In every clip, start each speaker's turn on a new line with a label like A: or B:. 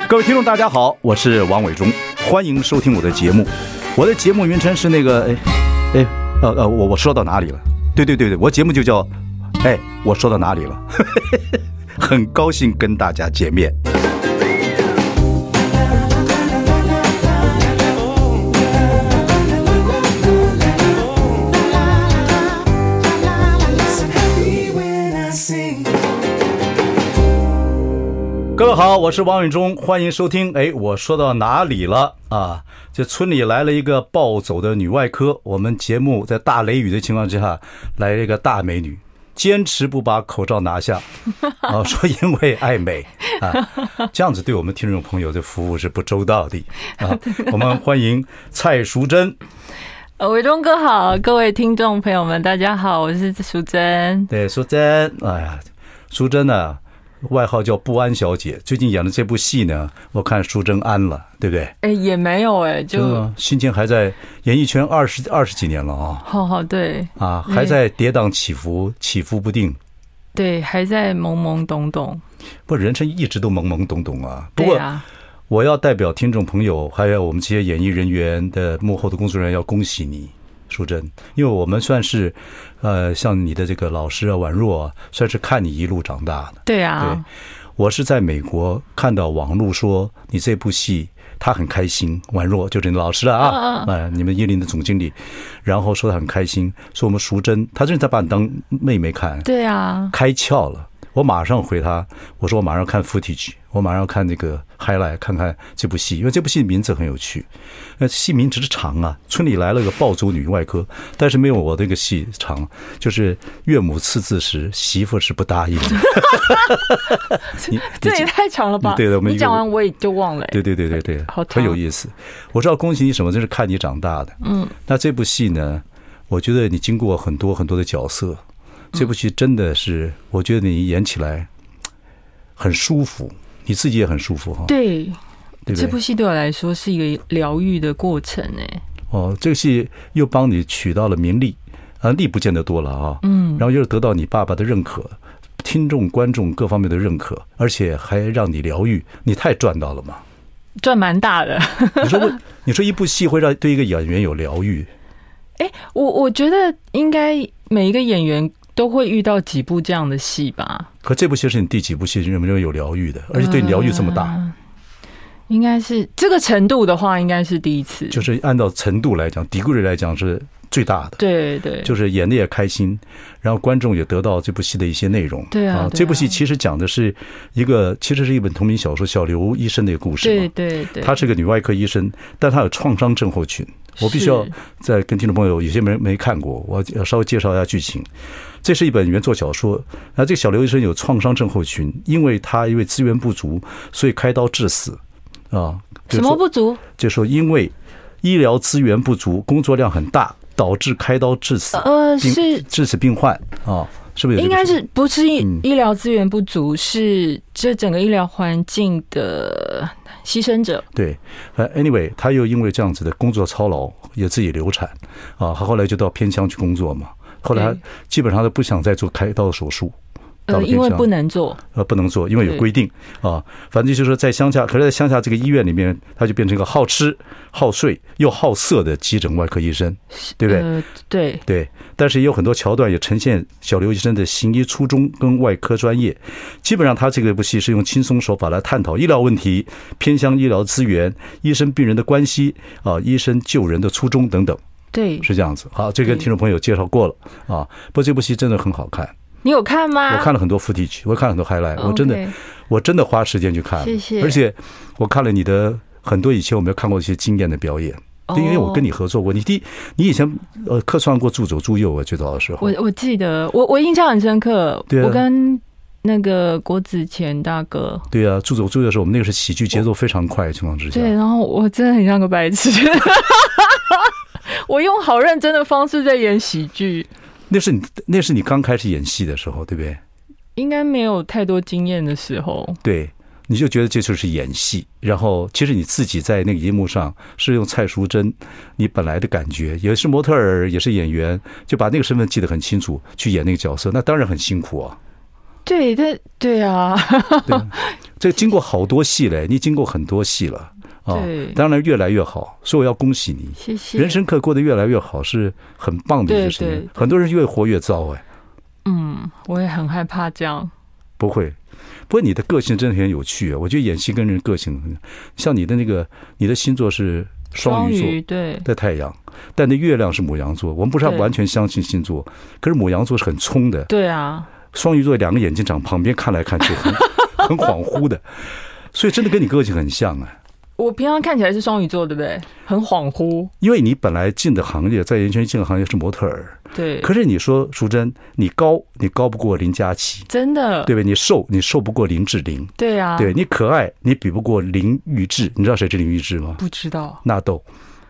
A: 各位听众大家好，我是王伟忠，欢迎收听我的节目。我的节目名称是那个我说到哪里了？对，我节目就叫我说到哪里了？很高兴跟大家见面。各位好，我是王永忠，欢迎收听。我说到哪里了啊？这村里来了一个暴走的女外科，我们节目在大雷雨的情况之下来了一个大美女，坚持不把口罩拿下啊，说因为爱美啊，这样子对我们听众朋友的服务是不周到的啊。我们欢迎蔡淑珍。
B: 伟忠哥好，各位听众朋友们大家好，我是淑珍。
A: 对，淑珍，哎呀，淑珍呢，外号叫不安小姐，最近演的这部戏呢，我看淑珍安了，对不对？
B: 也没有就
A: 心情还在演艺圈二十几年了啊。
B: 好，对
A: 啊，还在跌宕起伏不定。
B: 对，还在懵懵懂懂。
A: 不，人生一直都懵懵懂懂啊。不过我要代表听众朋友，还有我们这些演艺人员的幕后的工作人员，要恭喜你，淑珍，因为我们算是，像你的这个老师啊，宛若啊，算是看你一路长大的。
B: 对啊，
A: 对，我是在美国看到网络说你这部戏，他很开心，宛若就是你老师了啊，你们10的总经理，然后说他很开心，说我们淑珍，他真的在把你当妹妹看。
B: 对啊，
A: 开窍了。我马上回他，我说我马上看 footage， 我马上看那个 highlight， 看看这部戏，因为这部戏的名字很有趣。戏名只是长啊，村里来了个暴走女外科，但是没有我这个戏长，就是岳母刺字时，媳妇是不答应的。
B: 这也太长了吧？
A: 对的，
B: 你讲完我也就忘了。
A: 对，很有意思。我知道恭喜你什么，真是看你长大的。那这部戏呢，我觉得你经过很多的角色。这部戏真的是，我觉得你演起来很舒服，你自己也很舒服哈。
B: 对，这部戏对我来说是一个疗愈的过程
A: 这个戏又帮你取到了名利啊，利不见得多了啊。然后又得到你爸爸的认可，听众、观众各方面的认可，而且还让你疗愈，你太赚到了嘛，
B: 赚蛮大的。
A: 你说一部戏会让对一个演员有疗愈？
B: 我觉得应该每一个演员都会遇到几部这样的戏吧。
A: 可这部戏是你第几部戏认为有疗愈的，而且对你疗愈这么大？
B: 应该是这个程度的话，应该是第一次。
A: 就是按照程度来讲，degree来讲是最大的。
B: 对，
A: 就是演的也开心，然后观众也得到这部戏的一些内容。
B: 对啊，
A: 这部戏其实讲的是其实是一本同名小说，小刘医生的一个故事嘛。
B: 对，
A: 他是个女外科医生，但他有创伤症候群。我必须要再跟听众朋友，有些人没看过，我要稍微介绍一下剧情。这是一本原作小说。那这个小刘医生有创伤症候群，因为资源不足，所以开刀致死啊。
B: 什么不足？
A: 就说因为医疗资源不足，工作量很大，导致开刀致死。
B: 是
A: 致死病患啊，是不是？
B: 应该是不是医疗资源不足，是这整个医疗环境的牺牲者。对
A: ，anyway， 他又因为这样子的工作操劳，也自己流产啊，他后来就到偏乡去工作嘛。后来他基本上都不想再做开刀的手术。
B: 因为不能做，
A: 不能做，因为有规定啊。反正就是说，在乡下，可是在乡下这个医院里面，他就变成一个好吃、好睡又好色的急诊外科医生，对不对？对。但是也有很多桥段也呈现小刘医生的行医初衷跟外科专业。基本上，他这个部戏是用轻松手法来探讨医疗问题、偏乡医疗资源、医生病人的关系啊、医生救人的初衷等等。
B: 对，
A: 是这样子。好，这个听众朋友介绍过了啊。不过这部戏真的很好看。
B: 你有看吗？
A: 我看了很多 footage， 我看了很多 highlight， 我真的花时间去看。
B: 谢谢。
A: 而且我看了你的很多以前我没有看过一些经验的表演，因为我跟你合作过，你以前客串过助走助佑，我最早的时候，
B: 我记得我印象很深刻。
A: 对啊，
B: 我跟那个郭子乾大哥，
A: 对啊，助走助佑的时候，我们那个是喜剧节奏非常快的情况之下，
B: 对，然后我真的很像个白痴，我用好认真的方式在演喜剧。
A: 那是你刚开始演戏的时候，对不对？
B: 应该没有太多经验的时候。
A: 对，你就觉得这就是演戏，然后其实你自己在那个荧幕上是用蔡淑珍你本来的感觉，也是模特儿，也是演员，就把那个身份记得很清楚，去演那个角色，那当然很辛苦啊。
B: 对啊，
A: 这经过好多戏嘞，你经过很多戏了啊，当然越来越好，所以我要恭喜你，
B: 谢谢。
A: 人生过得越来越好是很棒的一件事情。很多人越活越糟哎。
B: 我也很害怕这样。
A: 不会，不过你的个性真的很有趣啊！我觉得演戏跟人个性，像你的你的星座是双鱼座，
B: 对，
A: 在太阳，但那月亮是牡羊座。我们不是完全相信星座，可是牡羊座是很冲的。
B: 对啊，
A: 双鱼座两个眼睛长旁边看来看去很恍惚的，所以真的跟你个性很像哎。
B: 我平常看起来是双鱼座，对不对？很恍惚，
A: 因为你本来进的行业，在演艺圈进的行业是模特儿，
B: 对。
A: 可是你说淑珍，你高不过林佳琪，
B: 真的，
A: 对不对？你瘦不过林志玲，
B: 对啊。
A: 对，你可爱，你比不过林玉智。你知道谁是林玉智吗？
B: 不知道。
A: 纳豆。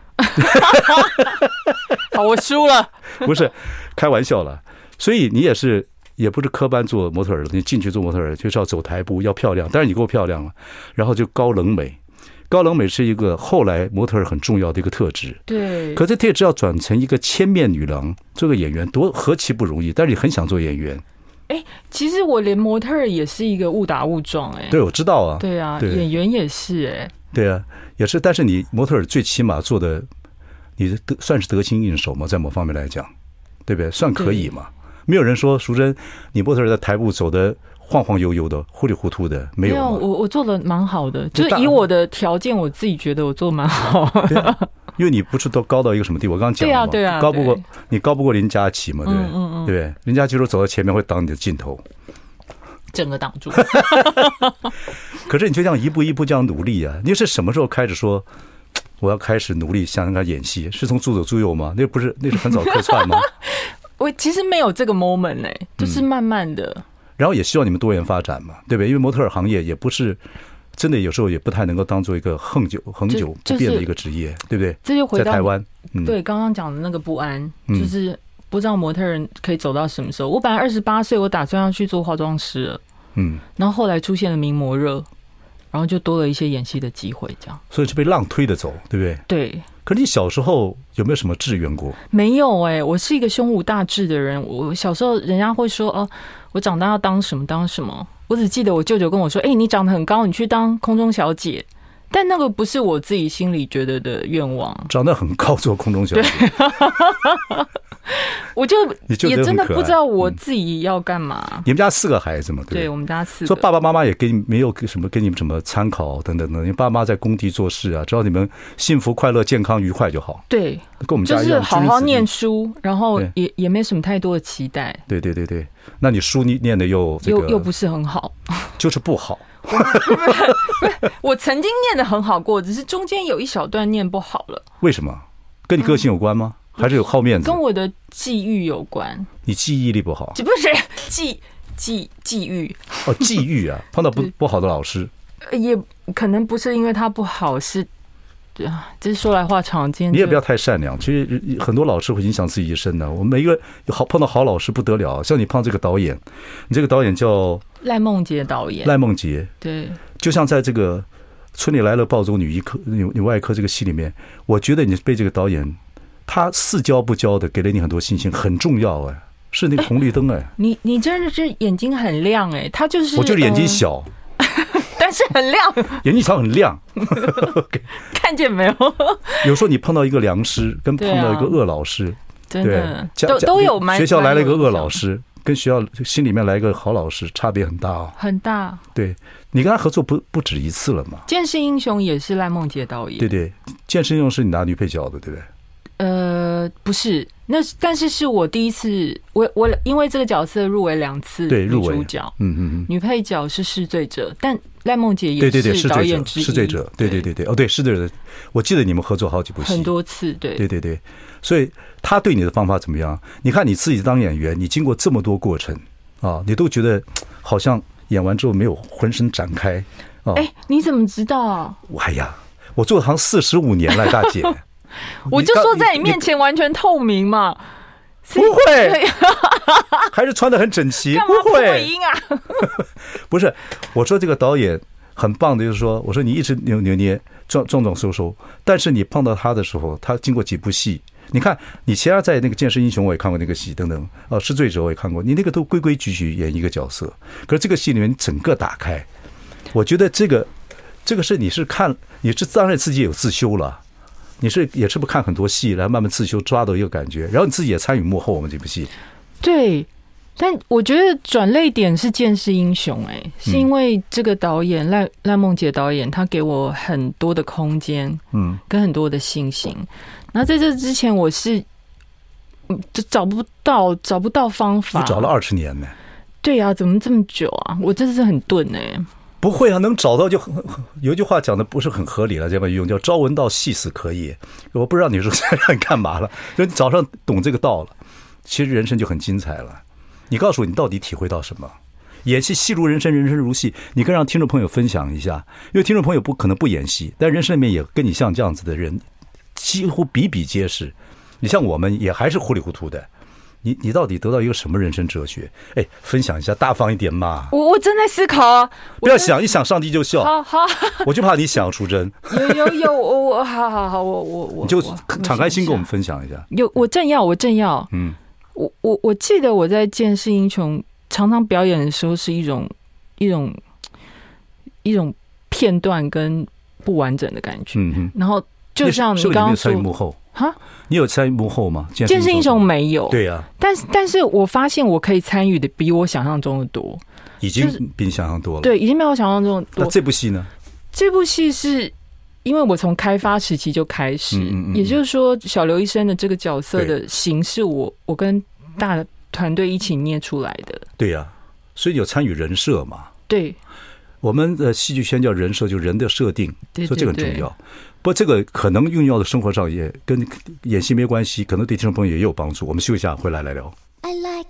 B: 好，我输了。
A: 不是，开玩笑了。所以你也不是科班做模特儿的，你进去做模特儿就是要走台步，要漂亮。当然你够漂亮了，然后就高冷美。高冷美是一个后来模特儿很重要的一个特质，
B: 对。
A: 可是特质要转成一个千面女郎，做个演员何其不容易！但是你很想做演员。
B: 其实我连模特儿也是一个误打误撞
A: 对，我知道啊。
B: 对啊，演员也是
A: 对啊，也是。但是你模特儿最起码做的，你算是得心应手嘛，在某方面来讲，对不对？算可以嘛。没有人说淑珍，你模特儿在台步走的晃晃悠悠的、糊里糊涂的，没有。
B: 我做的蛮好的，就是以我的条件，我自己觉得我做蛮好的。
A: 因为你不是都高到一个什么地步？我刚刚讲了嘛，
B: 对啊，
A: 你高不过林佳琪嘛，对不对？林佳琪说走到前面会挡你的镜头，
B: 整个挡住。
A: 可是你就这样一步一步这样努力啊！你是什么时候开始说我要开始努力想他演戏？是从猪左猪右吗？那是很早客串吗？
B: 我其实没有这个 moment 就是慢慢的。
A: 然后也希望你们多元发展嘛，对不对？因为模特儿行业也不是真的，有时候也不太能够当做一个恒久不变的一个职业，对不对？
B: 这就回到
A: 在台湾，
B: 对刚刚讲的那个不安，就是不知道模特儿可以走到什么时候。我本来28岁，我打算要去做化妆师了，然后后来出现了名模热，然后就多了一些演戏的机会，这样，
A: 所以就被浪推着走，对不对？
B: 对。
A: 可是你小时候有没有什么志愿过？
B: 没有我是一个胸无大志的人。我小时候人家会说我长大要当什么当什么。我只记得我舅舅跟我说，你长得很高，你去当空中小姐。但那个不是我自己心里觉得的愿望。
A: 长得很高做空中小姐。
B: 我就也真的不知道我自己要干嘛。
A: 你们家4个孩子嘛，对不对？
B: 对，我们家4个。
A: 说爸爸妈妈也没有给你们什么参考等等的，因为爸妈在工地做事啊，只要你们幸福、快乐、健康、愉快就好。
B: 对，
A: 跟我们家一样，
B: 就是好好念书，然后也没什么太多的期待。
A: 对，那你书念的又
B: 不是很好，
A: 就是不好。
B: 不是，我曾经念得很好过，只是中间有一小段念不好了。
A: 为什么？跟你个性有关吗？还是有好面子？
B: 跟我的际遇有关。
A: 你记忆力不好？
B: 不是际遇
A: 际遇啊，碰到不好的老师，
B: 也可能不是因为他不好，是这是说来话长。今天
A: 你也不要太善良，其实很多老师会影响自己一生的。我们每一个碰到好老师不得了，像你碰到这个导演，你这个导演叫
B: 赖梦洁导演。
A: 赖梦洁，
B: 对，
A: 就像在这个《村里来了暴走女外科》这个戏里面，我觉得你被这个导演他似教不教的给了你很多信心，很重要是那个红绿灯
B: 你真的是眼睛很亮他就是
A: 我就是眼睛小。
B: 但是很亮，
A: 眼睛小很亮，
B: 看见没有？
A: 有时候你碰到一个良师，跟碰到一个恶老师，
B: 真的都有。
A: 学校来了一个恶老师，跟学校心里面来一个好老师，差别很大
B: 很大。
A: 对，你跟他合作不止一次了嘛？
B: 剑士英雄也是赖梦洁导演。
A: 对，剑士英雄是你拿女配角的，对不对？
B: 不是，但是我第一次，我因为这个角色入围2次女主角，女配角是试罪者，但赖梦洁也是导演之一，
A: 试罪者，对，对，试罪者，我记得你们合作好几部戏，
B: 很多次，对，
A: 所以他对你的方法怎么样？你看你自己当演员，你经过这么多过程你都觉得好像演完之后没有浑身展开
B: 你怎么知道？
A: 哎呀，我做行45年了，大姐。
B: 我就说在你面前完全透明嘛，
A: 不会，还是穿得很整齐，不会。不是，我说这个导演很棒的，就是说，我说你一直扭捏、壮收，但是你碰到他的时候，他经过几部戏，你看你其他在那个《剑士英雄》我也看过那个戏等等，试罪者我也看过，你那个都规规矩矩演一个角色，可是这个戏里面你整个打开。 我觉得这个是你是当然自己有自修了，也是不看很多戏来慢慢自修抓到一个感觉，然后你自己也参与幕后我们这部戏。
B: 对，但我觉得转捩点是《剑士英雄》是因为这个导演赖梦杰导演，他给我很多的空间，跟很多的信心。然后在这之前，我是就找不到方法。
A: 你找了20年呢？
B: 对啊，怎么这么久啊？我真的是很钝
A: 不会啊，能找到就有一句话讲的不是很合理了，这么用叫朝闻道，夕死可矣。我不知道你说让你干嘛了，就你早上懂这个道了，其实人生就很精彩了。你告诉我，你到底体会到什么？演戏戏如人生，人生如戏，你跟让听众朋友分享一下，因为听众朋友不可能不演戏，但人生里面也跟你像这样子的人几乎比比皆是。你像我们也还是糊里糊涂的。你到底得到一个什么人生哲学？分享一下，大方一点嘛。
B: 我正在思考啊，
A: 不要想一想上帝就笑。
B: 好，
A: 我就怕你想出真。
B: 有，我好，我
A: 你就敞开心跟我们分享一下。
B: 我正要，我记得我在《剑士英雄》常常表演的时候是一种片段跟不完整的感觉。然后就像你刚刚说，
A: 幕后哈，你有参与幕后吗？
B: 剑士英雄没有。
A: 对啊，
B: 但是我发现我可以参与的比我想象中的多，
A: 已经比你想象多了。
B: 对，已经比我想象中的多。
A: 那这部戏呢？
B: 这部戏是因为我从开发时期就开始，也就是说，小刘医生的这个角色的形式，我跟大团队一起捏出来的。
A: 对呀，所以有参与人设嘛？
B: 对。
A: 我们的戏剧圈叫人设，就人的设定，所以这个很重要。不过这个可能运用到生活上也跟演戏没关系，可能对听众朋友也有帮助。我们休息一下，回来聊。I like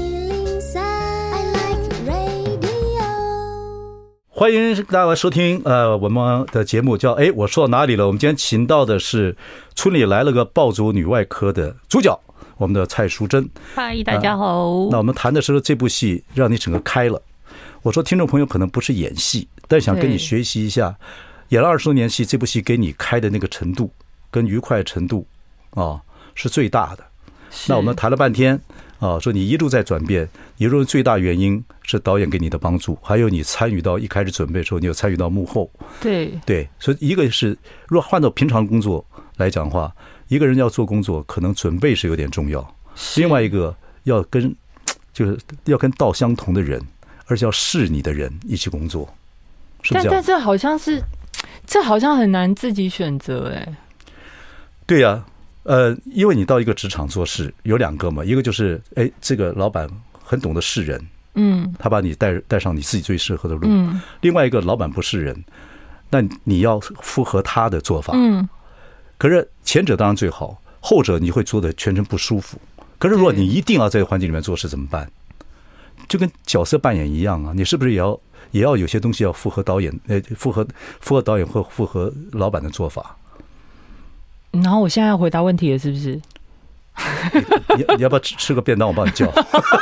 A: 103, I like radio。 欢迎大家收听我们的节目叫我说到哪里了。我们今天请到的是村里来了个暴走女外科的主角，我们的蔡淑珍。
B: 嗨，大家好。
A: 那我们谈的是这部戏让你整个开了。我说听众朋友可能不是演戏，但想跟你学习一下，演了20多年戏，这部戏给你开的那个程度跟愉快程度是最大的。那我们谈了半天说你一路在转变，一路最大原因是导演给你的帮助，还有你参与到一开始准备的时候，你有参与到幕后。对，所以一个是如果换到平常工作来讲的话，一个人要做工作，可能准备是有点重要。另外一个要跟道相同的人，而且要是你的人一起工作，是不是这样？
B: 但这好像很难自己选择
A: 对呀，因为你到一个职场做事有2个嘛，一个就是这个老板很懂得识人，他把你带上你自己最适合的路。另外一个老板不识人，那你要符合他的做法。可是前者当然最好，后者你会做得全身不舒服。可是如果你一定要在环境里面做事怎么办？就跟角色扮演一样啊，你是不是也要有些东西要符合导演，符合导演或符合老板的做法？
B: 然后我现在要回答问题了，是不是？
A: 你要不要吃个便当？我帮你叫。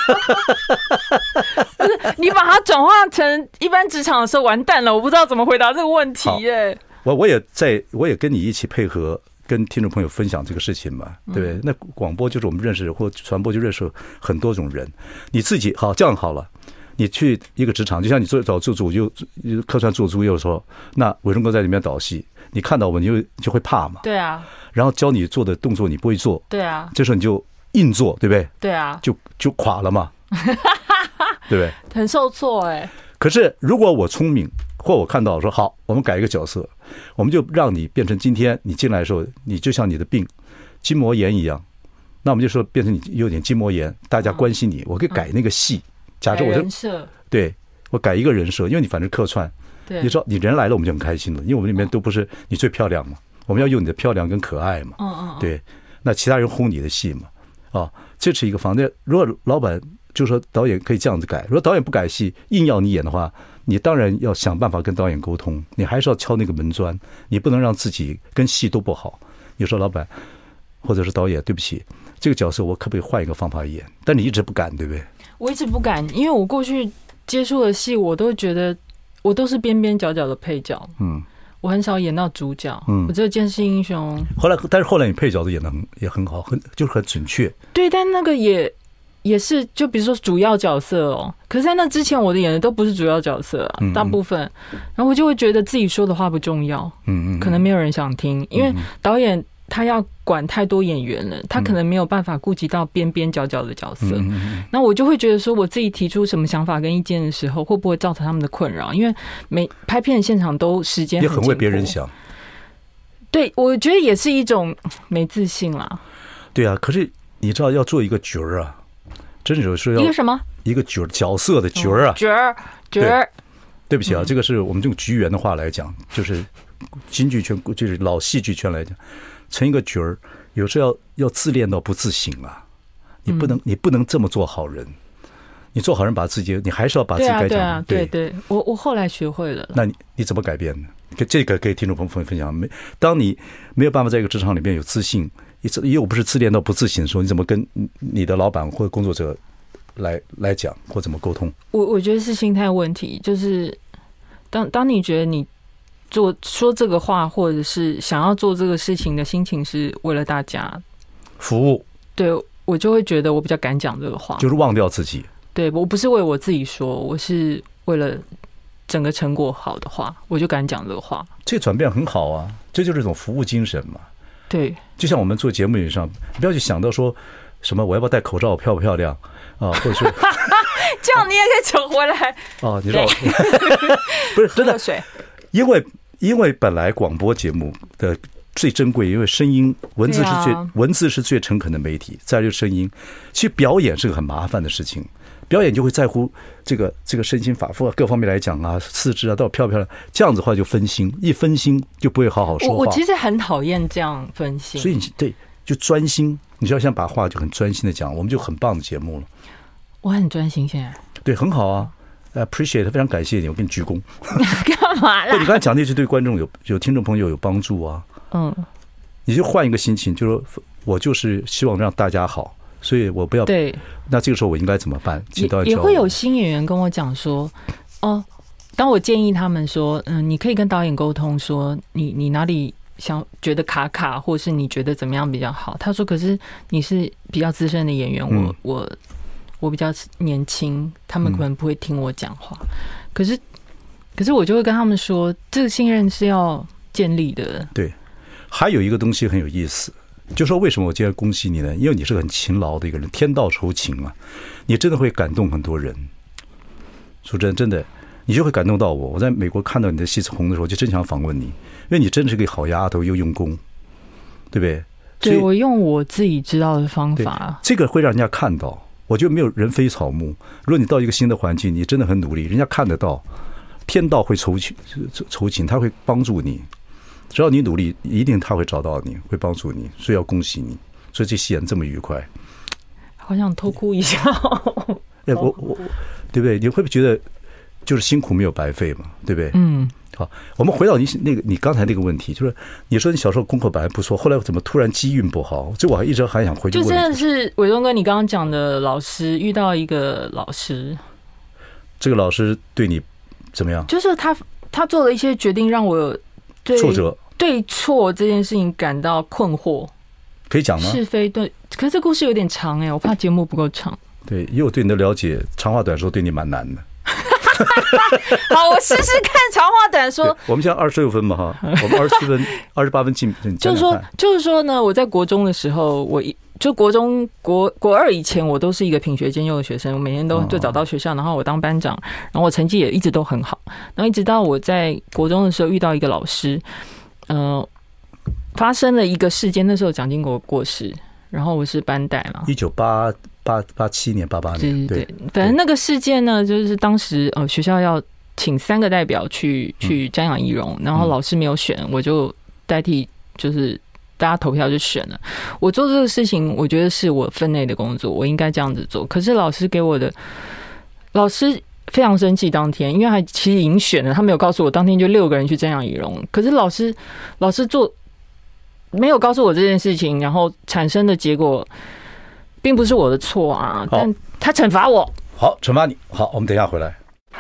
B: 不是，你把它转化成一般职场的时候，完蛋了，我不知道怎么回答这个问题耶。
A: 我也跟你一起配合。跟听众朋友分享这个事情嘛，对不对？那广播就是我们认识，或传播就认识很多种人。你自己好，这样好了，你去一个职场，就像你找做主又客串做主又说，那伟忠哥在里面导戏，你看到我你就会怕嘛。
B: 对啊。
A: 然后教你做的动作你不会做。对
B: 啊。
A: 这时候你就硬做，对不对？
B: 对啊。
A: 就垮了嘛。对不对？
B: 很受挫
A: 可是如果我聪明，或我看到说好，我们改一个角色，我们就让你变成今天你进来的时候，你就像你的病筋膜炎一样，那我们就说变成你有点筋膜炎，大家关心你，我可以改那个戏，假设我
B: 人设，
A: 对，我改一个人设，因为你反正客串，你说你人来了我们就很开心了，因为我们里面都不是你最漂亮嘛，我们要用你的漂亮跟可爱嘛，对，那其他人轰你的戏嘛，这是一个方面。如果老板就说导演可以这样子改，如果导演不改戏，硬要你演的话，你当然要想办法跟导演沟通，你还是要敲那个门砖，你不能让自己跟戏都不好。你说老板或者是导演，对不起，这个角色我可不可以换一个方法演？但你一直不敢，对不对？
B: 我一直不敢，因为我过去接触的戏，我都觉得我都是边边角角的配角，我很少演到主角，我只有《剑士英雄》。
A: 但是后来你配角都演得也很好，就是很准确。
B: 对，但那个也也是，就比如说主要角色哦，可是在那之前我的演的都不是主要角色啊，大部分，然后我就会觉得自己说的话不重要，可能没有人想听，因为导演他要管太多演员了，他可能没有办法顾及到边边角角的角色，那我就会觉得说，我自己提出什么想法跟意见的时候，会不会造成他们的困扰？因为每拍片的现场都时间
A: 也很为别人想，
B: 对，我觉得也是一种没自信啦。对
A: 啊，可是你知道要做一个角儿啊。真的是要
B: 一个什么？
A: 一个角色的角儿啊，
B: 角儿。
A: 对不起啊，这个是我们用局员的话来讲，就是京剧圈，就是老戏剧圈来讲，成一个角儿，有时候要自恋到不自省啊。你不能这么做好人，你做好人把自己，你还是要把自己该讲的。
B: 对，我后来学会了。
A: 那你怎么改变呢？这个给听众朋友分享。当你没有办法在一个职场里面有自信。又不是自恋到不自省的时候，你怎么跟你的老板或者工作者来讲，或怎么沟通？
B: 我觉得是心态问题，就是当你觉得你说这个话，或者是想要做这个事情的心情是为了大家
A: 服务，
B: 对我就会觉得我比较敢讲这个话，
A: 就是忘掉自己。对，
B: 我不是为我自己说，我是为了整个成果好的话，我就敢讲这个话。
A: 这转变很好啊，这就是一种服务精神嘛。
B: 对，
A: 就像我们做节目上，不要去想到说什么我要不要戴口罩漂不漂亮啊，或者是
B: 这样你也可以扯回来
A: 啊，你知道不是真的
B: 水，
A: 因为本来广播节目的最珍贵，因为声音文字是最诚恳的媒体，再就是声音，其实表演是个很麻烦的事情。表演就会在乎这个身心法各方面来讲啊，四肢啊到底漂不漂亮，这样子的话就分心，一分心就不会好好说话。
B: 我其实很讨厌这样分心，
A: 所以对，就专心，你就要想把话就很专心的讲，我们就很棒的节目了。
B: 我很专心现在，对，
A: 很好啊 ，appreciate， 非常感谢你，我给你鞠躬。
B: 干嘛啦？
A: 你刚才讲那句对观众有听众朋友有帮助啊。你就换一个心情，就说我就是希望让大家好。所以我不要对，那这个时候我应该怎么办？
B: 也会有新演员跟我讲说，当我建议他们说，你可以跟导演沟通说，你哪里想觉得卡，或是你觉得怎么样比较好？他说，可是你是比较资深的演员，我比较年轻，他们可能不会听我讲话。可是我就会跟他们说，这个信任是要建立的。对，
A: 还有一个东西很有意思。就说为什么我今天恭喜你呢？因为你是个很勤劳的一个人，天道酬勤啊，你真的会感动很多人。说真的，你就会感动到我。我在美国看到你的戏子红的时候，就真想访问你，因为你真的是个好丫头，又用功，对不对？
B: 对，我用我自己知道的方法，
A: 这个会让人家看到。我觉得没有人非草木。如果你到一个新的环境，你真的很努力，人家看得到，天道会酬勤，他会帮助你。只要你努力，一定他会找到你，会帮助你，所以要恭喜你。所以这戏演这么愉快，
B: 好想偷哭一下。
A: 我对不对？你会不会觉得就是辛苦没有白费嘛？对不对？好，我们回到你刚才那个问题，就是你说你小时候功课本来不错，后来怎么突然机运不好？这我一直还想回去问。
B: 就真的是伟东哥，你刚刚讲的老师遇到一个老师，
A: 这个老师对你怎么样？
B: 就是他做了一些决定，让我
A: 挫折
B: 对错这件事情感到困惑，
A: 可以讲吗？
B: 是非对，可是这故事有点长我怕节目不够长。
A: 对，因为我对你的了解，长话短说对你蛮难的。
B: 好，我试试看长话短说。
A: 我们现在26分嘛哈，我们27分、28分进。
B: 就是说呢，我在国中的时候，就国中国二以前，我都是一个品学兼优的学生，我每天都就早到学校，然后我当班长，然后我成绩也一直都很好。然后一直到我在国中的时候遇到一个老师，发生了一个事件，那时候蒋经国过世，然后我是班代嘛
A: ，1987年、88年，
B: 对，反正那个事件呢，就是当时学校要请3个代表去瞻仰遗容，然后老师没有选，我就代替，就是大家投票就选了。我做这个事情，我觉得是我分内的工作，我应该这样子做。可是老师非常生气，当天因为他其实已经选了，他没有告诉我，当天就6个人去瞻仰遗容。可是老师没有告诉我这件事情，然后产生的结果并不是我的错啊，但他惩罚我。
A: 好，惩罚你。好，我们等一下回来。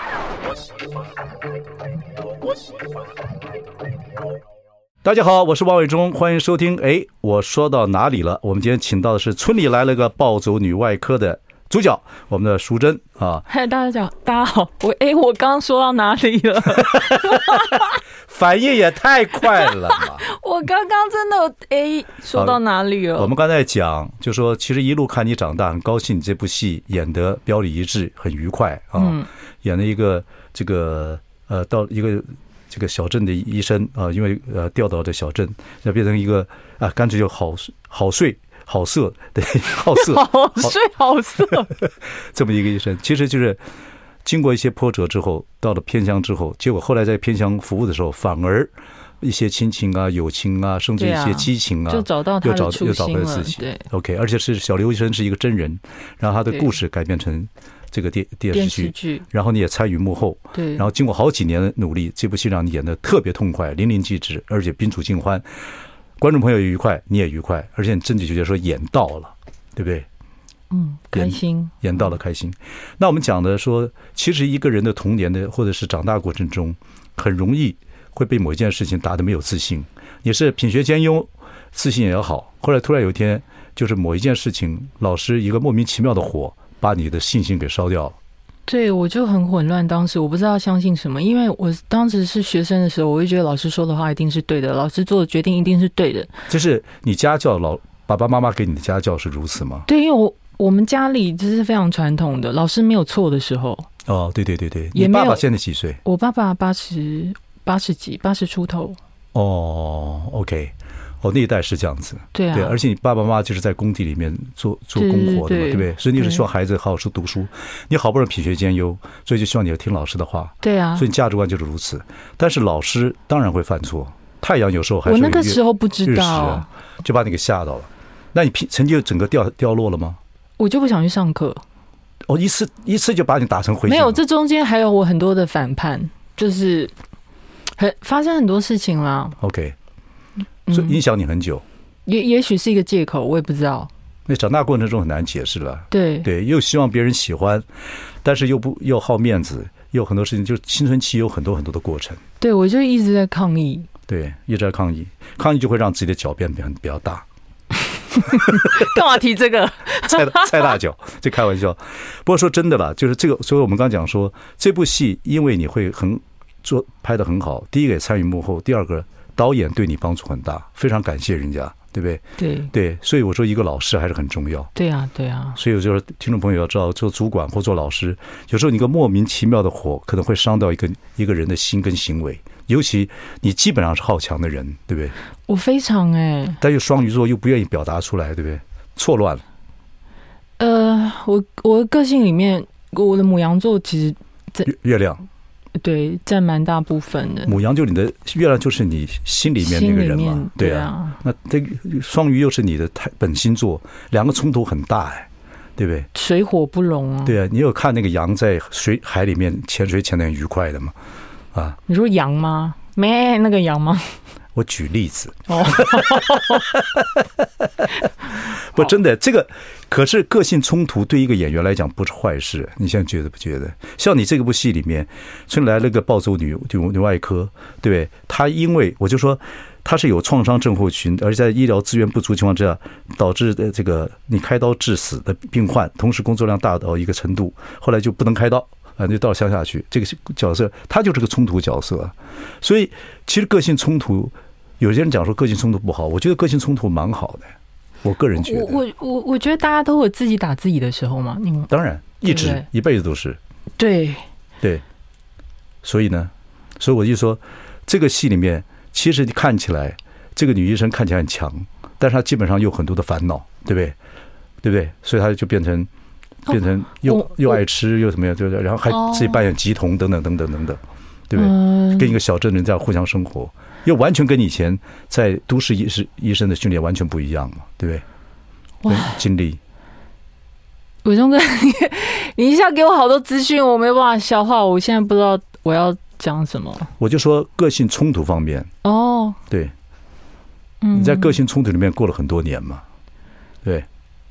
A: 大家好，我是王伟忠，欢迎收听。我说到哪里了？我们今天请到的是村里来了个暴走女外科的主角我们的淑珍啊。
B: 嗨，大家好，我刚刚说到哪里了？
A: 反应也太快了嘛！
B: 我刚刚真的说到哪里了？
A: 我们刚才讲，就说其实一路看你长大，很高兴你这部戏演得表里一致，很愉快啊。演了一个这个到一个这个小镇的医生啊，因为调到这小镇，要变成一个啊，干脆就好睡好色，对，好色
B: 好睡好色
A: 这么一个医生，其实就是经过一些波折之后，到了偏乡之后，结果后来在偏乡服务的时候，反而一些亲情啊、友情啊，甚至一些激情啊，
B: 就找到他的初心了。
A: 自己。
B: 对
A: ，OK， 而且是小刘医生是一个真人，然后他的故事改编成这个电视剧，然后你也参与幕后，
B: 对，
A: 然后经过好几年的努力，这部戏让你演得特别痛快、淋漓尽致，而且宾主尽欢，观众朋友也愉快，你也愉快，而且你真的就觉得说演到了，对不对？
B: 开心，
A: 演到了开心。那我们讲的说，其实一个人的童年的或者是长大过程中，很容易会被某一件事情打得没有自信。你是品学兼优，自信也要好，后来突然有一天，就是某一件事情，老师一个莫名其妙的火，把你的信心给烧掉了。
B: 对，我就很混乱，当时我不知道相信什么，因为我当时是学生的时候，我就觉得老师说的话一定是对的，老师做的决定一定是对的。
A: 这是你家教爸爸妈妈给你的家教是如此吗？
B: 对，因为我们家里就是非常传统的，老师没有错的时候。
A: 哦，对，你爸爸现在几岁？
B: 我爸爸80几，80出头。
A: 哦 ，OK。那一代是这样子，
B: 对啊，
A: 对，而且你爸爸妈妈就是在工地里面做工活的嘛，对不对？所以你是希望孩子好好读书，你好不容易品学兼优，所以就希望你要听老师的话，
B: 对啊，
A: 所以价值观就是如此。但是老师当然会犯错，太阳有时候还是
B: 我那个时候不知道，
A: 就把你给吓到了。那你成绩整个掉落了吗？
B: 我就不想去上课。
A: 一次就把你打成灰烬。
B: 没有，这中间还有我很多的反叛，就是发生很多事情啦。
A: OK。所以影响你很久，
B: 也许是一个借口，我也不知道。
A: 那长大过程中很难解释了，
B: 对，
A: 又希望别人喜欢，但是又好面子，又很多事情，就是青春期有很多很多的过程。
B: 对，我就一直在抗议，
A: 对，一直在抗议就会让自己的脚变比较大。
B: 干嘛提这个
A: 菜大脚？这开玩笑。不过说真的啦，就是这个，所以我们刚讲说，这部戏因为你会拍得很好，第一个也参与幕后，第二个。导演对你帮助很大，非常感谢人家，对不对？对，所以我说一个老师还是很重要。
B: 对啊。
A: 所以我就说，听众朋友要知道，做主管或做老师，有时候你一个莫名其妙的火，可能会伤到一个人的心跟行为。尤其你基本上是好强的人，对不对？
B: 我非常
A: 但又双鱼座又不愿意表达出来，对不对？错乱了。
B: 我的个性里面，我的牡羊座其实
A: 月亮。
B: 对，占蛮大部分的。
A: 牡羊就你的月亮就是你心里面那个人嘛，对啊。那这个双鱼又是你的本星座，两个冲突很大对不对？
B: 水火不容啊。
A: 对啊，你有看那个羊在海里面潜水潜得很愉快的吗？啊，
B: 你说羊吗？没那个羊吗？
A: 我举例子。不，真的，这个可是个性冲突对一个演员来讲不是坏事。你现在觉得不觉得？像你这部戏里面，虽然来了个暴走女外科，对不对？她因为我就说她是有创伤症候群，而且在医疗资源不足情况之下，导致的这个你开刀致死的病患，同时工作量大到一个程度，后来就不能开刀。就到乡下去，这个角色他就是个冲突角色，所以其实个性冲突，有些人讲说个性冲突不好，我觉得个性冲突蛮好的，我个人觉得。
B: 我觉得大家都有自己打自己的时候嘛，你
A: 当然一辈子都是。对，所以呢，所以我就说，这个戏里面其实看起来这个女医生看起来很强，但是她基本上有很多的烦恼，对不对？所以她就变成又爱吃又怎么样，对不对？然后还自己扮演乩童等等，对不对？跟一个小镇人这样互相生活，又完全跟以前在都市医生的训练完全不一样嘛，对不对？经历。
B: 伟忠哥，你一下给我好多资讯，我没有办法消化，我现在不知道我要讲什么。我就说个性冲突方面。对，你在个性冲突里面过了很多年嘛，对。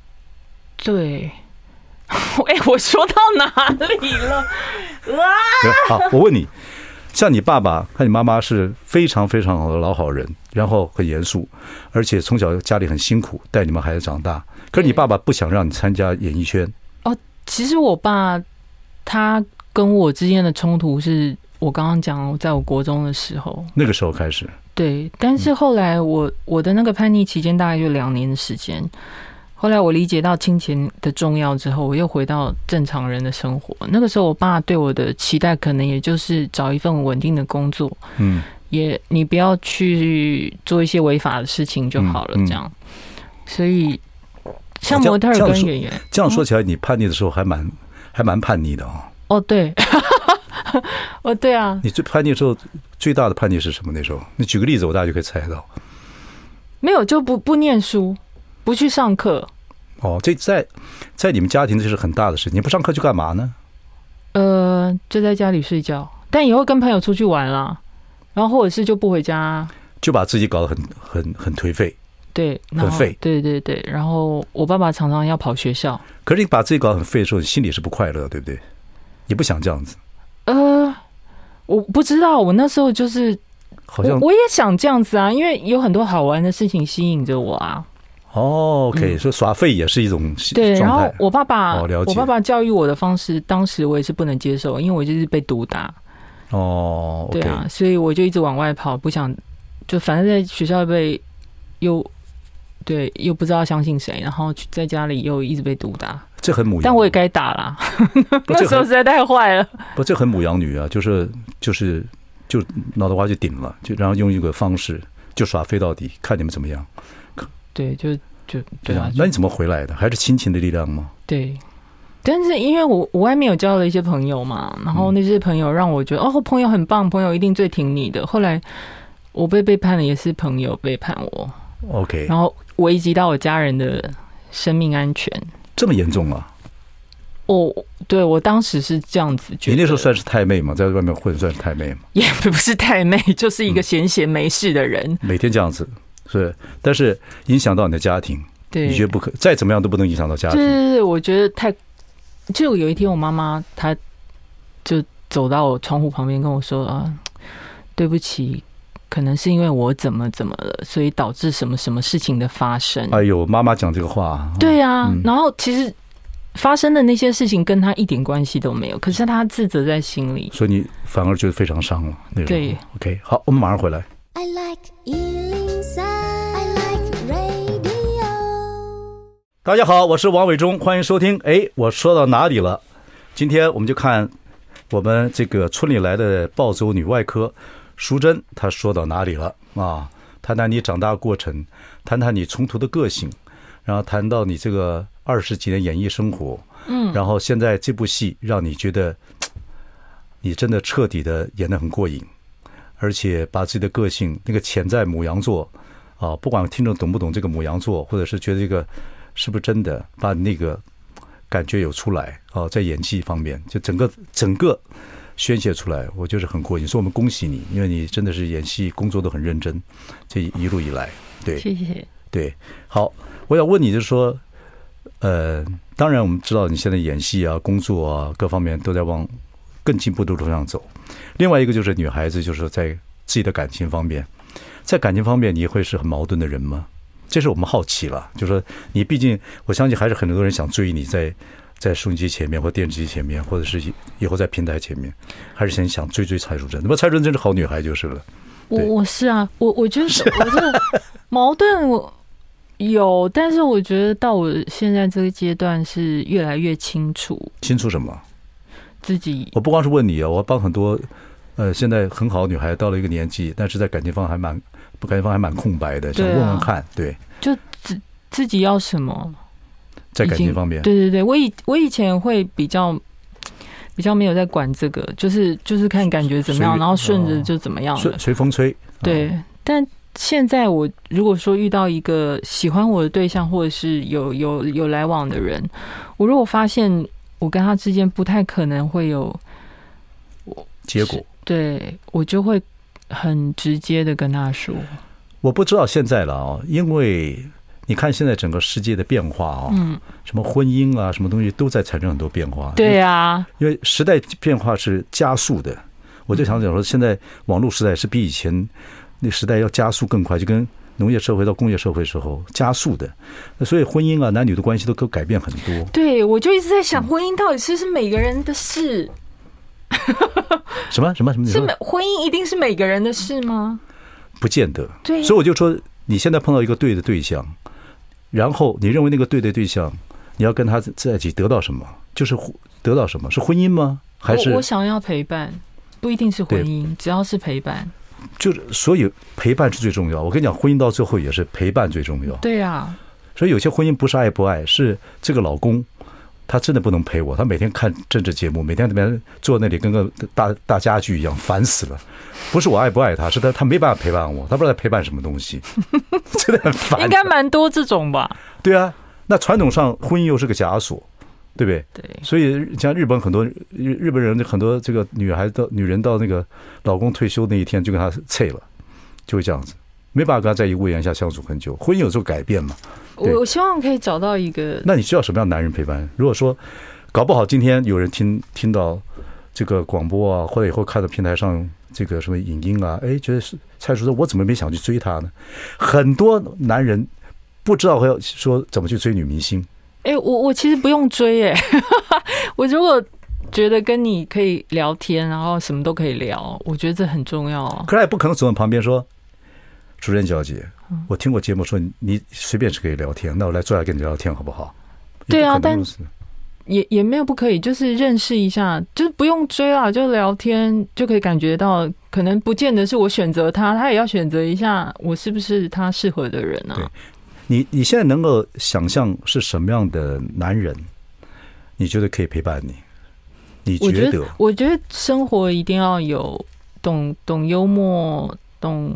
B: 我说到哪里了？好，我问你，像你爸爸和你妈妈是非常非常好的老好人，然后很严肃，而且从小家里很辛苦带你们孩子长大。可是你爸爸不想让你参加演艺圈。 其实我爸他跟我之间的冲突是我刚刚讲，在我国中的时候，
A: 那个时候开始。
B: 对，但是后来我的那个叛逆期间大概就2年的时间。后来我理解到金钱的重要之后，我又回到正常人的生活。那个时候，我爸对我的期待可能也就是找一份稳定的工作，也你不要去做一些违法的事情就好了，这样。所以，像模特儿跟演员，
A: 这样说起来，你叛逆的时候还蛮叛逆的啊。
B: 哦，对，哦，对啊。
A: 你最叛逆的时候，最大的叛逆是什么？那时候，你举个例子，我大家就可以猜到。
B: 没有，就不念书。不去上课。
A: 哦，这在你们家庭这是很大的事情。你不上课去干嘛呢？
B: 就在家里睡觉，但也会跟朋友出去玩啦，然后或者是就不回家，
A: 就把自己搞得很颓废。
B: 对，
A: 很废。对
B: 对对。然后我爸爸常常要跑学校。
A: 可是你把自己搞得很废的时候，你心里是不快乐，对不对？你不想这样子。
B: 我不知道，我那时候就是好像我也想这样子啊，因为有很多好玩的事情吸引着我啊。
A: 哦 ，OK，所以耍废也是一种
B: 对。然后我爸爸教育我的方式，当时我也是不能接受，因为我就是被毒打。
A: 哦，
B: 对啊，所以我就一直往外跑，不想就反正在学校被又不知道相信谁，然后在家里又一直被毒打。
A: 这很母羊，
B: 但我也该打啦。那时候实在太坏了。
A: 不，这很母羊女啊，就脑袋瓜就顶了，就然后用一个方式就耍废到底，看你们怎么样。
B: 对，就对啊。
A: 那你怎么回来的？还是亲情的力量吗？
B: 对，但是因为我外面有交了一些朋友嘛，然后那些朋友让我觉得朋友很棒，朋友一定最挺你的。后来我被背叛了，也是朋友背叛我。
A: OK，
B: 然后危及到我家人的生命安全，
A: 这么严重啊？
B: 对，我当时是这样子觉得。
A: 你那时候算是太妹吗？在外面混算是太妹吗？
B: 也不是太妹，就是一个闲闲没事的人，
A: 每天这样子。是，但是影响到你的家庭，
B: 对，
A: 你觉得不可，再怎么样都不能影响到家庭。
B: 对，我觉得就有一天我妈妈她就走到我窗户旁边跟我说啊，对不起，可能是因为我怎么了，所以导致什么什么事情的发生。
A: 哎呦，妈妈讲这个话，
B: 对啊，然后其实发生的那些事情跟她一点关系都没有，可是她自责在心里，
A: 所以你反而觉得非常伤了。
B: 对
A: ，OK， 好，我们马上回来。
C: I like 103, I like radio。
A: 大家好，我是王伟忠，欢迎收听。我说到哪里了？今天我们就看我们这个村里来的暴走女外科淑珍，她说到哪里了啊？谈谈你长大过程，谈谈你冲突的个性，然后谈到你这个20几年演艺生活，然后现在这部戏让你觉得你真的彻底的演得很过瘾。而且把自己的个性那个潜在母羊座啊，不管听众懂不懂这个母羊座，或者是觉得这个是不是真的，把那个感觉有出来啊，在演技方面就整个宣泄出来，我就是很过瘾。所以我们恭喜你，因为你真的是演戏工作都很认真，这一路以来，对，
B: 谢谢。
A: 对，好，我想问你就是说，当然我们知道你现在演戏啊、工作啊各方面都在往更进步的路上走。另外一个就是女孩子，就是在自己的感情方面，在感情方面你会是很矛盾的人吗？这是我们好奇了，就是说你毕竟我相信还是很多人想追你，在收音机前面或电视机前面，或者是以后在平台前面，还是想追蔡淑珍。那么蔡淑珍真是好女孩就是了。
B: 我是啊，我觉得我这个矛盾我有，但是我觉得到我现在这个阶段是越来越清楚。
A: 清楚什么？
B: 自己。我
A: 不光是问你啊，我帮很多现在很好的女孩到了一个年纪，但是在感情方还蛮空白的，想问问看。对，
B: 就自己要什么，
A: 在感情方面。
B: 对，我以前会比较没有在管这个，就是看感觉怎么样，然后顺着就怎么样了，
A: 随风吹。
B: 对，但现在我如果说遇到一个喜欢我的对象，或者是有来往的人，我如果发现我跟他之间不太可能会有
A: 结果，对，
B: 我就会很直接的跟他说。
A: 我不知道现在了啊，因为你看现在整个世界的变化啊，什么婚姻啊，什么东西都在产生很多变化。
B: 对啊，
A: 因为时代变化是加速的。我就想讲说，现在网络时代是比以前那时代要加速更快，就跟农业社会到工业社会时候加速的，所以婚姻啊，男女的关系都改变很多。
B: 对，我就一直在想，婚姻到底是不是每个人的事？
A: 什么？
B: 是婚姻一定是每个人的事吗？
A: 不见得。
B: 对，
A: 所以我就说，你现在碰到一个对的对象，然后你认为那个对的对象，你要跟他在一起得到什么？就是得到什么？是婚姻吗？还是
B: 我想要陪伴？不一定是婚姻，只要是陪伴。
A: 就是所以陪伴是最重要。我跟你讲，婚姻到最后也是陪伴最重要。
B: 对啊，
A: 所以有些婚姻不是爱不爱，是这个老公他真的不能陪我，他每天看政治节目，每天那边坐那里跟个大家具一样，烦死了。不是我爱不爱他，是他没办法陪伴我，他不知道在陪伴什么东西，真的很烦。
B: 应该蛮多这种吧？
A: 对啊，那传统上婚姻又是个枷锁。对不对？
B: 对，
A: 所以像日本很多日本人很多这个女人到那个老公退休那一天就跟他脆了，就会这样子，没办法跟他在一个屋檐下相处很久。婚姻有时候改变嘛。
B: 我希望可以找到一个。那
A: 你需要什么样的男人陪伴？如果说搞不好今天有人听到这个广播啊，或者以后看到平台上这个什么影音啊，哎，觉得是蔡叔说，我怎么没想去追他呢？很多男人不知道要说怎么去追女明星。
B: 我其实不用追我如果觉得跟你可以聊天，然后什么都可以聊，我觉得这很重要。
A: 可是也不可能走到旁边说，主任小姐，我听过节目说你随便是可以聊天，那我来坐下跟你聊天好不好？
B: 对啊，但也没有不可以，就是认识一下，就是不用追啦，就聊天就可以感觉到，可能不见得是我选择他，他也要选择一下我是不是他适合的人啊。
A: 对。你现在能够想象是什么样的男人，你觉得可以陪伴你？你觉得？
B: 我觉得生活一定要有懂幽默，懂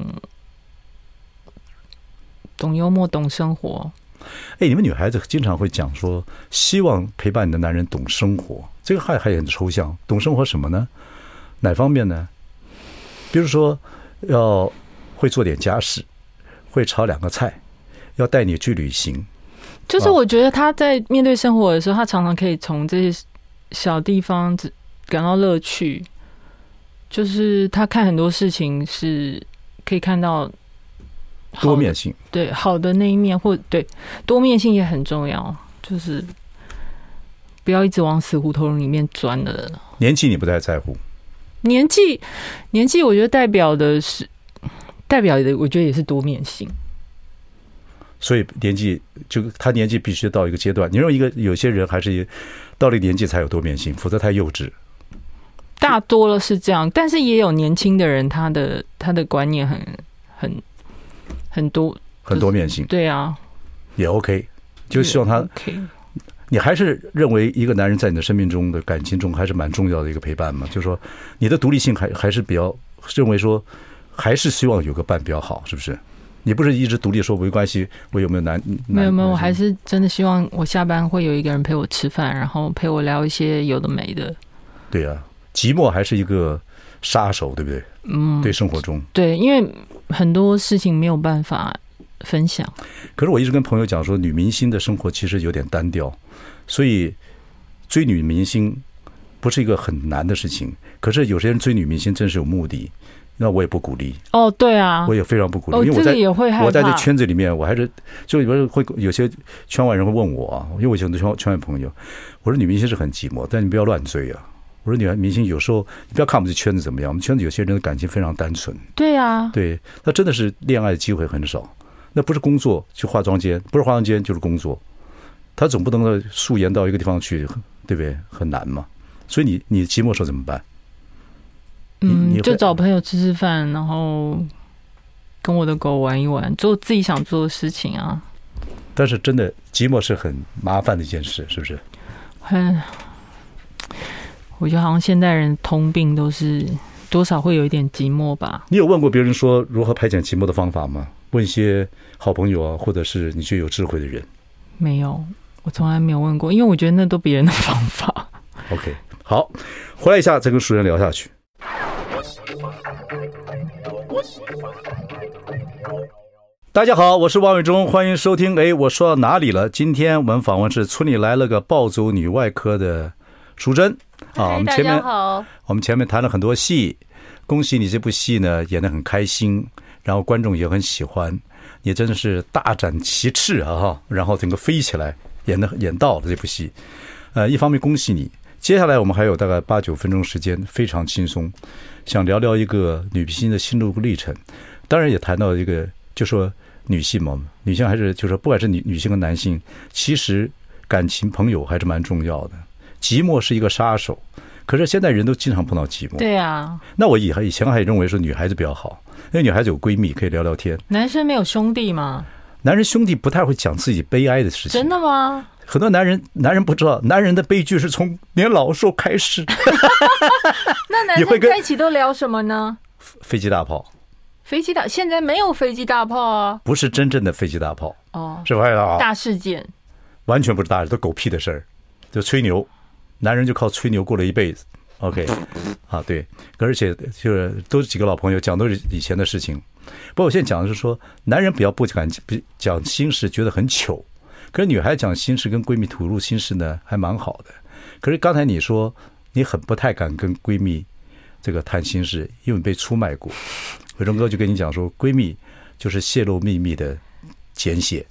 B: 幽默，懂生活。
A: 你们女孩子经常会讲说，希望陪伴你的男人懂生活，这个还很抽象。懂生活什么呢？哪方面呢？比如说，要会做点家事，会炒2个菜。要带你去旅行，
B: 就是我觉得他在面对生活的时候，他常常可以从这些小地方感到乐趣。就是他看很多事情是可以看到
A: 多面性，
B: 对好的那一面，或对多面性也很重要。就是不要一直往死胡同里面钻了。
A: 年纪你不太在乎？
B: 年纪，我觉得代表的，我觉得也是多面性。
A: 所以年纪他年纪必须到一个阶段，你认为有些人还是到了年纪才有多面性，否则太幼稚。
B: 大多了是这样，但是也有年轻的人，他的观念很多
A: 很多面性。
B: 对啊，
A: 也 OK， 就希望他。你还是认为一个男人在你的生命中的感情中还是蛮重要的一个陪伴嘛？就是说你的独立性还是比较认为说还是希望有个伴比较好，是不是？你不是一直独立说没关系，我有没有
B: 没有，我还是真的希望我下班会有一个人陪我吃饭，然后陪我聊一些有的没的。
A: 对啊，寂寞还是一个杀手，对不对？对生活中。对，
B: 因为很多事情没有办法分享。
A: 可是我一直跟朋友讲说，女明星的生活其实有点单调，所以追女明星不是一个很难的事情。可是有些人追女明星真是有目的。那我也不鼓励。
B: 对啊，
A: 我也非常不鼓励，因为我在这圈子里面，我还是就会有些圈外人会问我啊，因为我有很多圈外朋友，我说女明星是很寂寞，但你不要乱追啊。我说女明星有时候你不要看我们这圈子怎么样，我们圈子有些人的感情非常单纯。对啊，对，那真的是恋爱的机会很少，那不是工作去化妆间，不是化妆间就是工作，他总不能素颜到一个地方去，对不对？很难嘛。所以你寂寞的时候怎么办？
B: 就找朋友吃吃饭，然后跟我的狗玩一玩，做自己想做的事情啊。但是真的寂寞是很麻烦的一件事，是不是？我觉得好像现代人通病都是多少会有一点寂寞吧。你有问过别人说如何排解寂寞的方法吗？问一些好朋友啊，或者是你觉得有智慧的人？没有，我从来没有问过，因为我觉得那都别人的方法。OK， 好，回来一下再跟熟人聊下去。大家好，我是王伟忠，欢迎收听。我说到哪里了？今天我们访问是村里来了个暴走女外科的淑珍啊。大家好，我们前面谈了很多戏，恭喜你这部戏呢演得很开心，
A: 然后观众也很喜欢，你真的是大展旗帜啊哈，然后整个飞起来，演到了这部戏，一方面恭喜你。接下来我们还有大概8、9分钟时间，非常轻松，想聊聊一个女明星的心路历程，当然也谈到一个，就说女性嘛，女性还是就是说，不管是女性跟男性，其实感情朋友还是蛮重要的。寂寞是一个杀手，可是现在人都经常碰到寂寞。
B: 对啊，
A: 那我以前还认为说女孩子比较好，因为女孩子有闺蜜可以聊聊天。
B: 男生没有兄弟吗？
A: 男人兄弟不太会讲自己悲哀的事情。
B: 真的吗？
A: 很多男人不知道，男人的悲剧是从年老时候开始。
B: 那男生在一起都聊什么呢？
A: 飞机大炮。
B: 现在没有飞机大炮啊，
A: 不是真正的飞机大炮哦，是吧？
B: 大事件，
A: 完全不是大事，都狗屁的事儿，就吹牛。男人就靠吹牛过了一辈子。OK， 啊，对，而且就是都是几个老朋友讲都是以前的事情。不过我现在讲的是说，男人不敢讲心事，觉得很糗。可是女孩讲心事跟闺蜜吐露心事呢，还蛮好的。可是刚才你说你很不太敢跟闺蜜这个谈心事，因为被出卖过。伟忠哥就跟你讲说，闺蜜就是泄露秘密的简写。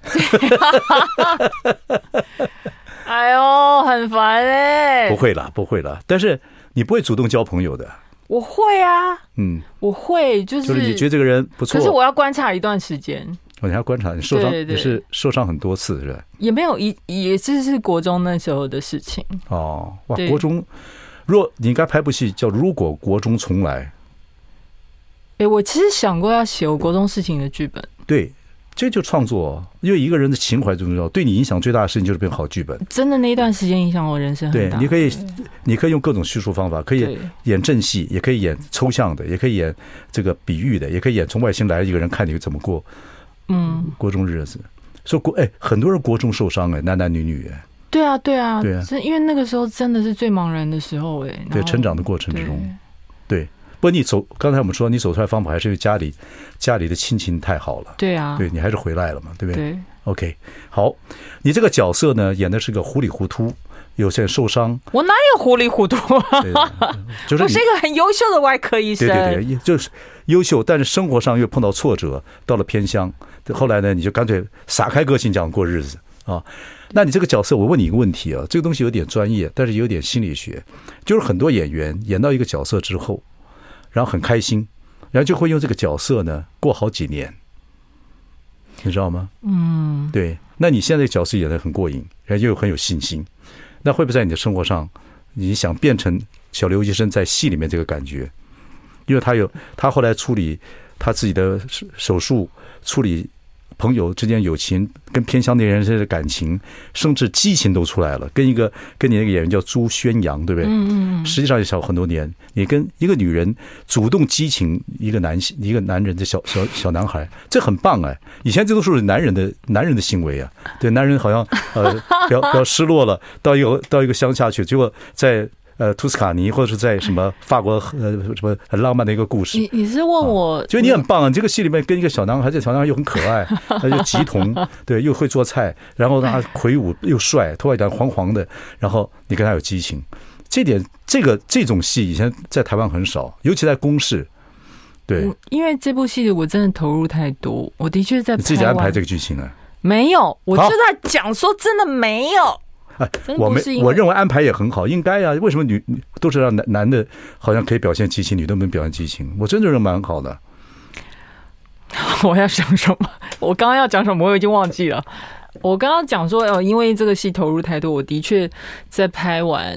B: 哎呦，很烦哎！
A: 不会啦，但是你不会主动交朋友的。
B: 我会啊，我会，就是
A: 你觉得这个人不错，
B: 可是我要观察一段时间。
A: 你还要观察，你受伤也是受伤很多次，是吧？
B: 也没有，也是国中那时候的事情。
A: 哦，哇，国中，你应该拍部戏叫《如果国中重来》。
B: 我其实想过要写我国中事情的剧本。对。
A: 这就创作，因为一个人的情怀最重要，对你影响最大的事情就是编好剧本。
B: 真的那一段时间影响我人生很大。
A: 对，你可以用各种叙述方法，可以演正戏，也可以演抽象的，也可以演这个比喻的，也可以演从外星来的一个人看你怎么过国中日子。说很多人国中受伤男男女女
B: 对啊，是因为那个时候真的是最茫然的时候
A: 对，成长的过程之中，对。不过刚才我们说你走出来方法还是因为家里的亲情太好了。
B: 对啊，
A: 对你还是回来了嘛，对不对？
B: 对。
A: OK， 好，你这个角色呢演的是个糊里糊涂，有些受伤。
B: 我哪有糊里糊涂啊？就是我是一个很优秀的外科医生。
A: 对，就是优秀，但是生活上又碰到挫折，到了偏乡，后来呢你就干脆撒开个性这样过日子啊。那你这个角色，我问你一个问题啊，这个东西有点专业，但是有点心理学，就是很多演员演到一个角色之后。然后很开心，然后就会用这个角色呢过好几年，你知道吗？对。那你现在角色演得很过瘾，然后又很有信心，那会不会在你的生活上，你想变成小刘医生在戏里面这个感觉？因为他后来处理他自己的手术，处理朋友之间友情，跟偏乡那人的感情，甚至激情都出来了。跟你那个演员叫朱宣阳，对不对？实际上也小很多年，你跟一个女人主动激情，一个男人的小男孩，这很棒哎！以前这都是男人的行为啊，对，男人好像比较失落了，到一个乡下去，结果在。图斯卡尼或者是在什么法国什么很浪漫的一个故事。
B: 你是问我？
A: 觉得你很棒啊！这个戏里面跟一个小男孩，这小男孩又很可爱，他又吉童，对，又会做菜，然后他魁梧又帅，头发一点黄黄的，然后你跟他有激情。这种戏以前在台湾很少，尤其在公视。对，因
B: 为这部戏我真的投入太多，我的确在
A: 你自己安排这个剧情啊？
B: 没有，我就在讲说真的没有。
A: 我认为安排也很好，应该啊。为什么女都是让男的好像可以表现激情，女的不能表现激情？我真的认为蛮好的。
B: 我要讲什么？我刚刚要讲什么？我已经忘记了。我刚刚讲说，因为这个戏投入太多，我的确在拍完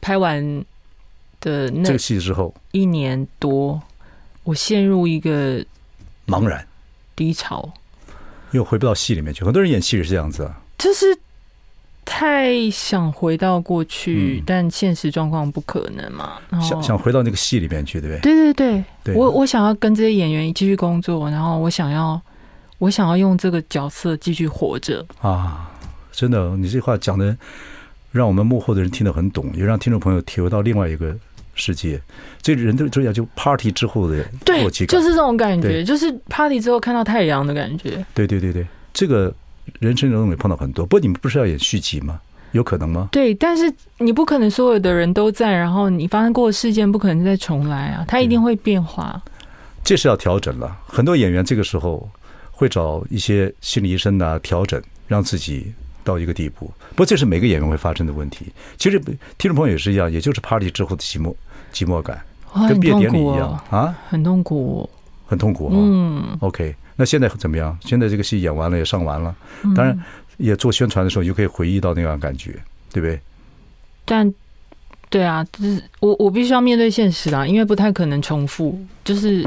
B: 的那
A: 这个戏之后
B: 1年多，我陷入一个
A: 茫然
B: 低潮，
A: 又回不到戏里面去。很多人演戏也是这样子啊，
B: 就是太想回到过去，但现实状况不可能嘛。
A: 想回到那个戏里面去，对不对？
B: 对对对，我想要跟这些演员继续工作，然后我想要用这个角色继续活着
A: 啊！真的，你这话讲的让我们幕后的人听得很懂，也让听众朋友体会到另外一个世界。这人都这样，就 party 之后的
B: 对，就是这种感觉，就是 party 之后看到太阳的感觉。
A: 对对对对，这个。人生中也碰到很多，不过你们不是要演续集吗？有可能吗？
B: 对，但是你不可能所有的人都在，然后你发生过的事件不可能再重来啊，它一定会变化。
A: 这是要调整了。很多演员这个时候会找一些心理医生啊调整，让自己到一个地步。不过这是每个演员会发生的问题。其实听众朋友也是一样，也就是 party 之后的寂寞感，跟毕业典礼一样啊，
B: 很痛苦，
A: 很痛苦啊。OK， 那现在怎么样？现在这个戏演完了，也上完了，当然也做宣传的时候，就可以回忆到那样的感觉，对不对？
B: 但对啊，就是我必须要面对现实啦，因为不太可能重复。就是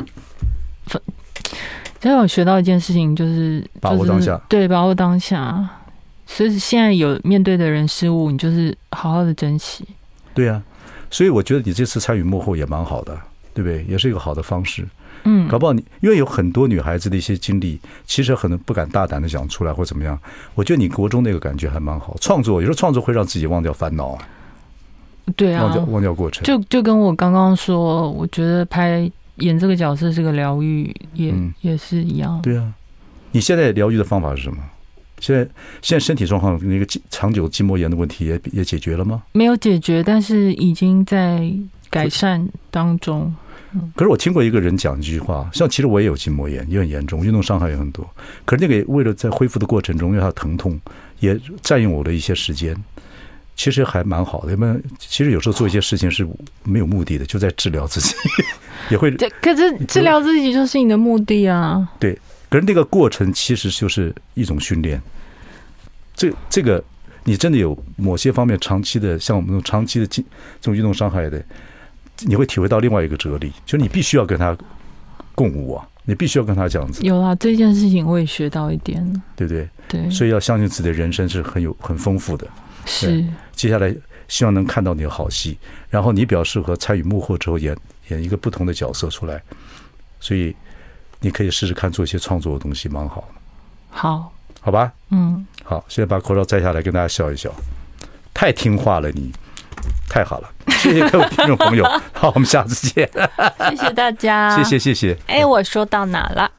B: 才有学到一件事情，就是
A: 把握当下，
B: 对，把握当下。所以现在有面对的人事物，你就是好好的珍惜。
A: 对啊，所以我觉得你这次参与幕后也蛮好的，对不对？也是一个好的方式。搞不好你因为有很多女孩子的一些经历，其实可能不敢大胆的讲出来或怎么样。我觉得你国中那个感觉还蛮好，创作有时候创作会让自己忘掉烦恼啊。
B: 对啊，
A: 忘掉过程。
B: 就跟我刚刚说，我觉得演这个角色是个疗愈，也是一样。
A: 对啊，你现在疗愈的方法是什么？现在身体状况那个长久筋膜炎的问题也解决了吗？
B: 没有解决，但是已经在改善当中。
A: 可是我听过一个人讲一句话，像其实我也有筋膜炎，也很严重，运动伤害也很多。可是那个为了在恢复的过程中，因为它疼痛，也占用我的一些时间。其实还蛮好的，因为其实有时候做一些事情是没有目的的，就在治疗自己，也会。
B: 可是治疗自己就是你的目的啊。对，
A: 可是那个过程其实就是一种训练。这个你真的有某些方面长期的，像我们长期的这种运动伤害的，你会体会到另外一个哲理，就是你必须要跟他共舞啊，你必须要跟他这样子。
B: 有啦，这件事情我也学到一点，对
A: 不对？
B: 对，
A: 所以要相信自己的人生是很丰富的。
B: 是，
A: 接下来希望能看到你的好戏，然后你比较适合参与幕后之后演一个不同的角色出来，所以你可以试试看做一些创作的东西，蛮好的。好吧，好，现在把口罩摘下来，跟大家笑一笑。太听话了你，太好了，谢谢各位听众朋友，好，我们下次见，
B: 谢谢大家，
A: 谢谢。
B: 我说到哪了？